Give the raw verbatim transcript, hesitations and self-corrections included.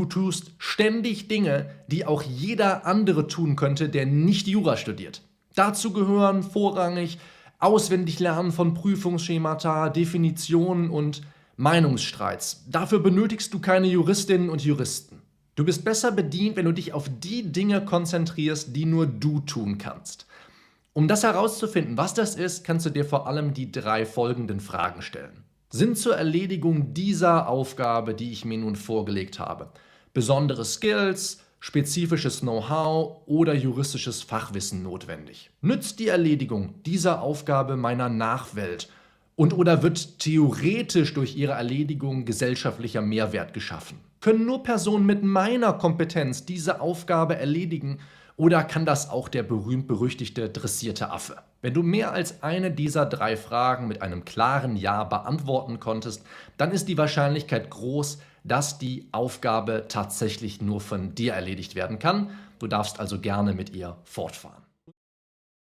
Du tust ständig Dinge, die auch jeder andere tun könnte, der nicht Jura studiert. Dazu gehören vorrangig Auswendiglernen von Prüfungsschemata, Definitionen und Meinungsstreits. Dafür benötigst du keine Juristinnen und Juristen. Du bist besser bedient, wenn du dich auf die Dinge konzentrierst, die nur du tun kannst. Um das herauszufinden, was das ist, kannst du dir vor allem die drei folgenden Fragen stellen. Sind zur Erledigung dieser Aufgabe, die ich mir nun vorgelegt habe, besondere Skills, spezifisches Know-how oder juristisches Fachwissen notwendig? Nützt die Erledigung dieser Aufgabe meiner Nachwelt und oder wird theoretisch durch ihre Erledigung gesellschaftlicher Mehrwert geschaffen? Können nur Personen mit meiner Kompetenz diese Aufgabe erledigen oder kann das auch der berühmt-berüchtigte dressierte Affe? Wenn du mehr als eine dieser drei Fragen mit einem klaren Ja beantworten konntest, dann ist die Wahrscheinlichkeit groß, dass die Aufgabe tatsächlich nur von dir erledigt werden kann. Du darfst also gerne mit ihr fortfahren.